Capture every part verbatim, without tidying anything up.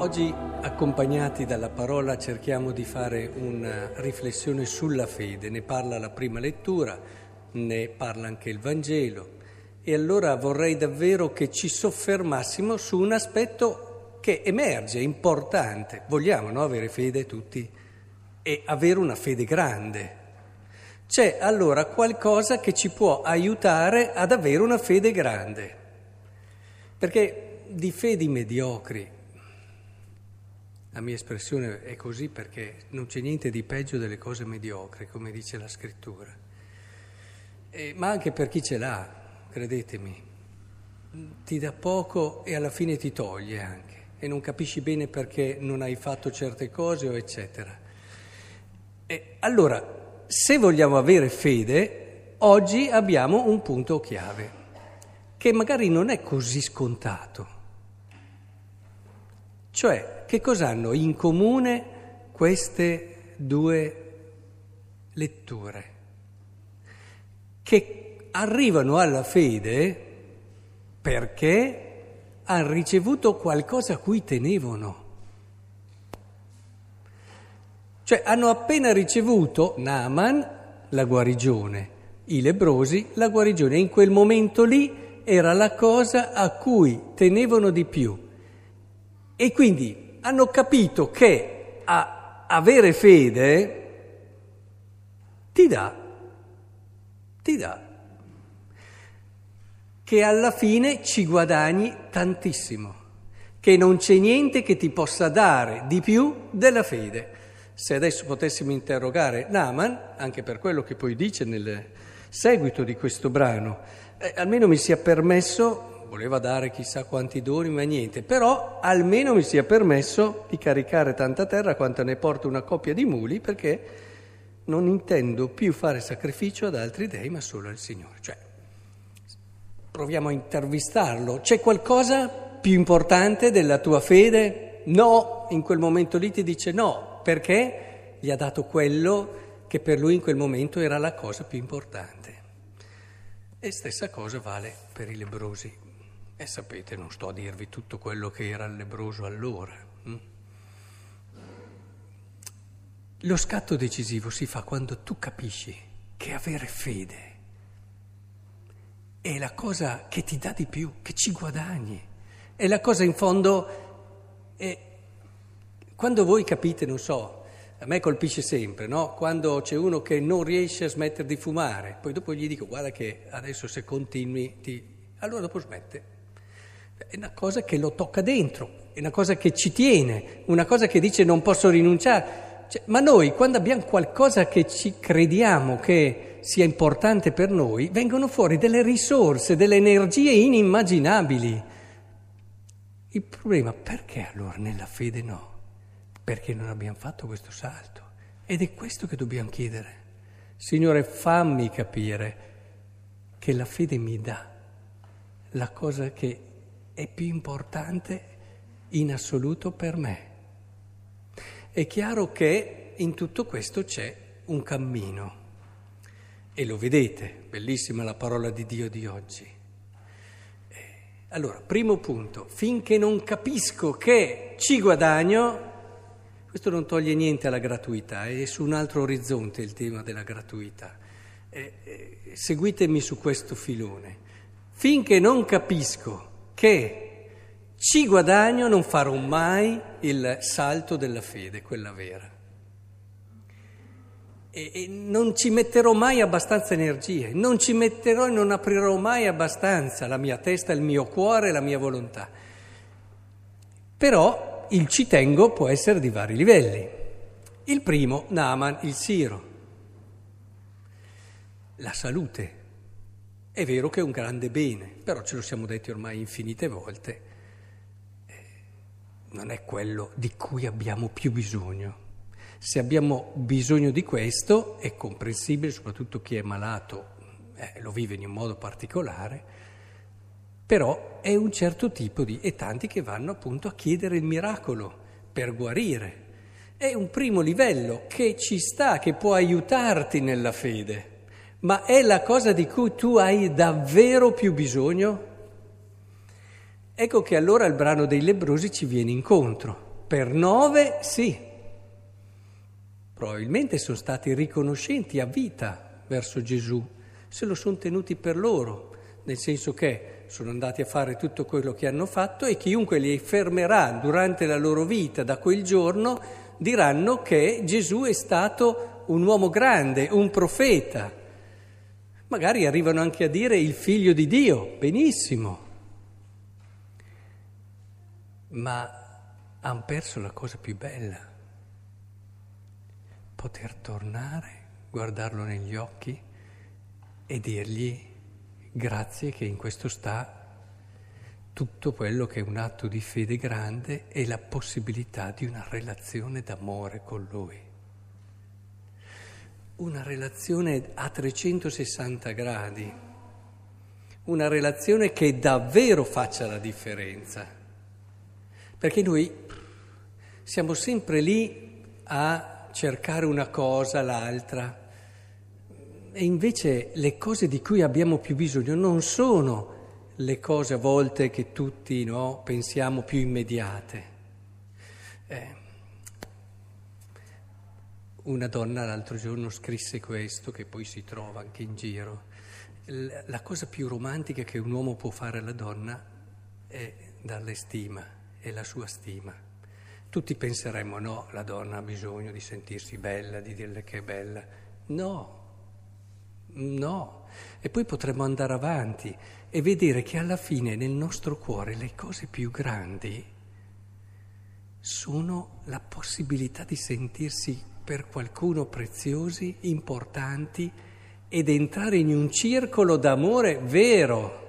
Oggi, accompagnati dalla parola, cerchiamo di fare una riflessione sulla fede. Ne parla la prima lettura, ne parla anche il Vangelo. E allora vorrei davvero che ci soffermassimo su un aspetto che emerge, importante. Vogliamo, no, avere fede tutti e avere una fede grande. C'è allora qualcosa che ci può aiutare ad avere una fede grande. Perché di fedi mediocri, la mia espressione è così perché non c'è niente di peggio delle cose mediocri, come dice la scrittura. E, ma anche per chi ce l'ha, credetemi, ti dà poco e alla fine ti toglie anche, e non capisci bene perché non hai fatto certe cose o eccetera. E allora, se vogliamo avere fede, oggi abbiamo un punto chiave, che magari non è così scontato. Cioè, che cosa hanno in comune queste due letture? Che arrivano alla fede perché hanno ricevuto qualcosa a cui tenevano. Cioè, hanno appena ricevuto, Naaman, la guarigione, i lebbrosi, la guarigione. In quel momento lì era la cosa a cui tenevano di più. E quindi hanno capito che a avere fede ti dà, ti dà, che alla fine ci guadagni tantissimo, che non c'è niente che ti possa dare di più della fede. Se adesso potessimo interrogare Naaman, anche per quello che poi dice nel seguito di questo brano, eh, almeno mi sia permesso... Voleva dare chissà quanti doni, ma niente. Però almeno mi sia permesso di caricare tanta terra quanto ne porta una coppia di muli, perché non intendo più fare sacrificio ad altri dei, ma solo al Signore. Cioè, proviamo a intervistarlo. C'è qualcosa più importante della tua fede? No, in quel momento lì ti dice no, perché gli ha dato quello che per lui in quel momento era la cosa più importante. E stessa cosa vale per i lebbrosi. E sapete, non sto a dirvi tutto quello che era il lebbroso allora. Hm? Lo scatto decisivo si fa quando tu capisci che avere fede è la cosa che ti dà di più, che ci guadagni. È la cosa in fondo... È... Quando voi capite, non so, a me colpisce sempre, no? Quando c'è uno che non riesce a smettere di fumare, poi dopo gli dico guarda che adesso se continui ti... allora dopo smette. È una cosa che lo tocca dentro, è una cosa che ci tiene, una cosa che dice non posso rinunciare. Cioè, ma noi quando abbiamo qualcosa che ci crediamo che sia importante per noi, vengono fuori delle risorse, delle energie inimmaginabili. Il problema, perché allora nella fede no? Perché non abbiamo fatto questo salto. Ed è questo che dobbiamo chiedere. Signore, fammi capire che la fede mi dà la cosa che è più importante in assoluto per me. È chiaro che in tutto questo c'è un cammino e lo vedete, bellissima la parola di Dio di oggi. Allora, primo punto, finché non capisco che ci guadagno, questo non toglie niente alla gratuità, è su un altro orizzonte il tema della gratuità. Eh, eh, seguitemi su questo filone. Finché non capisco che ci guadagno, non farò mai il salto della fede, quella vera. E, e non ci metterò mai abbastanza energie, non ci metterò e non aprirò mai abbastanza la mia testa, il mio cuore, la mia volontà. Però il ci tengo può essere di vari livelli. Il primo, Naaman, il siro. La salute. È vero che è un grande bene, però ce lo siamo detti ormai infinite volte, eh, non è quello di cui abbiamo più bisogno. Se abbiamo bisogno di questo, è comprensibile, soprattutto chi è malato eh, lo vive in un modo particolare, però è un certo tipo di... e tanti che vanno appunto a chiedere il miracolo per guarire. È un primo livello che ci sta, che può aiutarti nella fede. Ma è la cosa di cui tu hai davvero più bisogno? Ecco che allora il brano dei lebbrosi ci viene incontro. per nove sì, probabilmente sono stati riconoscenti a vita verso Gesù, se lo sono tenuti per loro, nel senso che sono andati a fare tutto quello che hanno fatto e chiunque li fermerà durante la loro vita da quel giorno diranno che Gesù è stato un uomo grande, un profeta. Magari arrivano anche a dire il figlio di Dio, benissimo. Ma hanno perso la cosa più bella, poter tornare, guardarlo negli occhi e dirgli grazie che in questo sta tutto quello che è un atto di fede grande e la possibilità di una relazione d'amore con Lui. Una relazione a trecentosessanta gradi, una relazione che davvero faccia la differenza. Perché noi siamo sempre lì a cercare una cosa, l'altra, e invece le cose di cui abbiamo più bisogno non sono le cose a volte che tutti, no, pensiamo più immediate. Eh, una donna l'altro giorno scrisse questo, che poi si trova anche in giro. La cosa più romantica che un uomo può fare alla donna è darle stima, è la sua stima. Tutti penseremmo, no, la donna ha bisogno di sentirsi bella, di dirle che è bella. No, no. E poi potremmo andare avanti e vedere che alla fine nel nostro cuore le cose più grandi sono la possibilità di sentirsi per qualcuno preziosi, importanti ed entrare in un circolo d'amore vero.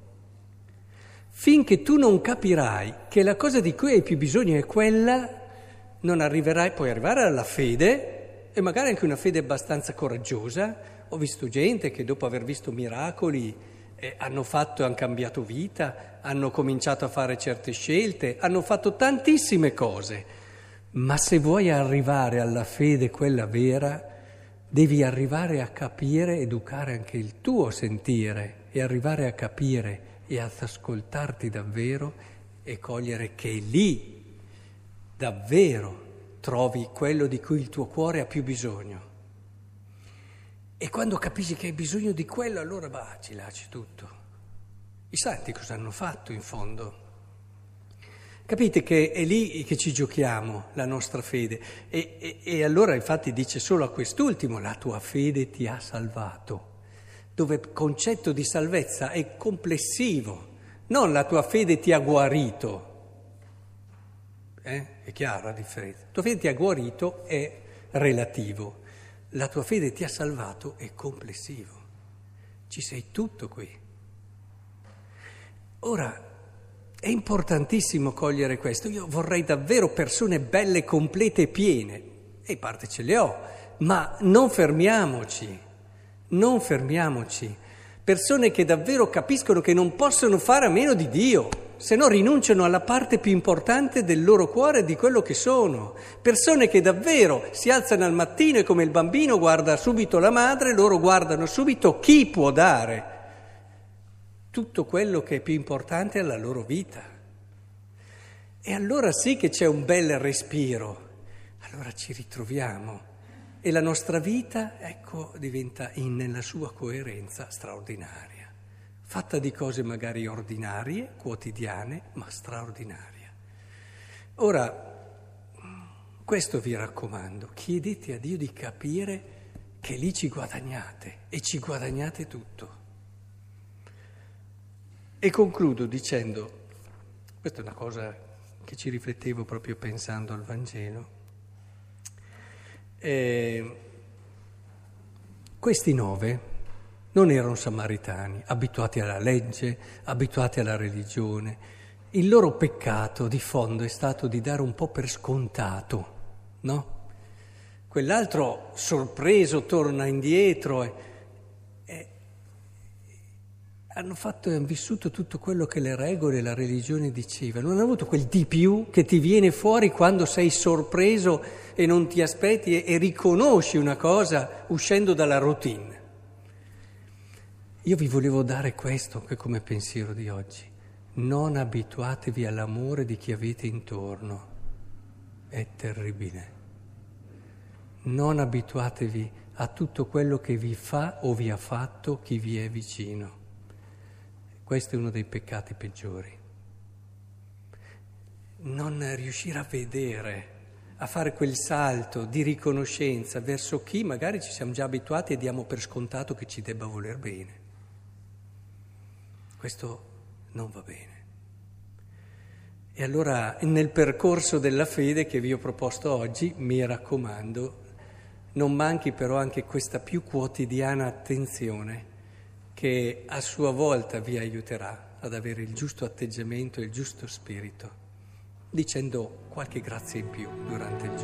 Finché tu non capirai che la cosa di cui hai più bisogno è quella, non arriverai, puoi arrivare alla fede e magari anche una fede abbastanza coraggiosa. Ho visto gente che dopo aver visto miracoli eh, hanno fatto e hanno cambiato vita, hanno cominciato a fare certe scelte, hanno fatto tantissime cose. Ma se vuoi arrivare alla fede, quella vera, devi arrivare a capire, educare anche il tuo sentire e arrivare a capire e ad ascoltarti davvero e cogliere che lì davvero trovi quello di cui il tuo cuore ha più bisogno. E quando capisci che hai bisogno di quello, allora va, ci lasci tutto. I santi cosa hanno fatto in fondo? Capite che è lì che ci giochiamo la nostra fede. E, e, e allora infatti dice solo a quest'ultimo, la tua fede ti ha salvato, dove il concetto di salvezza è complessivo, non la tua fede ti ha guarito. Eh? È chiara la differenza. La tua fede ti ha guarito è relativo. La tua fede ti ha salvato è complessivo. Ci sei tutto qui. Ora, è importantissimo cogliere questo. Io vorrei davvero persone belle, complete e piene. E in parte ce le ho, ma non fermiamoci, non fermiamoci. Persone che davvero capiscono che non possono fare a meno di Dio, se no rinunciano alla parte più importante del loro cuore e di quello che sono. Persone che davvero si alzano al mattino e come il bambino guarda subito la madre, loro guardano subito chi può dare tutto quello che è più importante alla loro vita. E allora sì che c'è un bel respiro, allora ci ritroviamo e la nostra vita, ecco, diventa in, nella sua coerenza straordinaria, fatta di cose magari ordinarie, quotidiane, ma straordinarie. Ora, questo vi raccomando, chiedete a Dio di capire che lì ci guadagnate e ci guadagnate tutto. E concludo dicendo, questa è una cosa che ci riflettevo proprio pensando al Vangelo, eh, questi nove non erano samaritani, abituati alla legge, abituati alla religione. Il loro peccato di fondo è stato di dare un po' per scontato, no? Quell'altro sorpreso torna indietro e, e hanno fatto e hanno vissuto tutto quello che le regole e la religione dicevano. Non hanno avuto quel di più che ti viene fuori quando sei sorpreso e non ti aspetti e, e riconosci una cosa uscendo dalla routine. Io vi volevo dare questo anche come pensiero di oggi. Non abituatevi all'amore di chi avete intorno. è terribile. Non abituatevi a tutto quello che vi fa o vi ha fatto chi vi è vicino. Questo è uno dei peccati peggiori. Non riuscire a vedere, a fare quel salto di riconoscenza verso chi magari ci siamo già abituati e diamo per scontato che ci debba voler bene. Questo non va bene. E allora nel percorso della fede che vi ho proposto oggi, mi raccomando, non manchi però anche questa più quotidiana attenzione che a sua volta vi aiuterà ad avere il giusto atteggiamento e il giusto spirito, dicendo qualche grazia in più durante il giorno.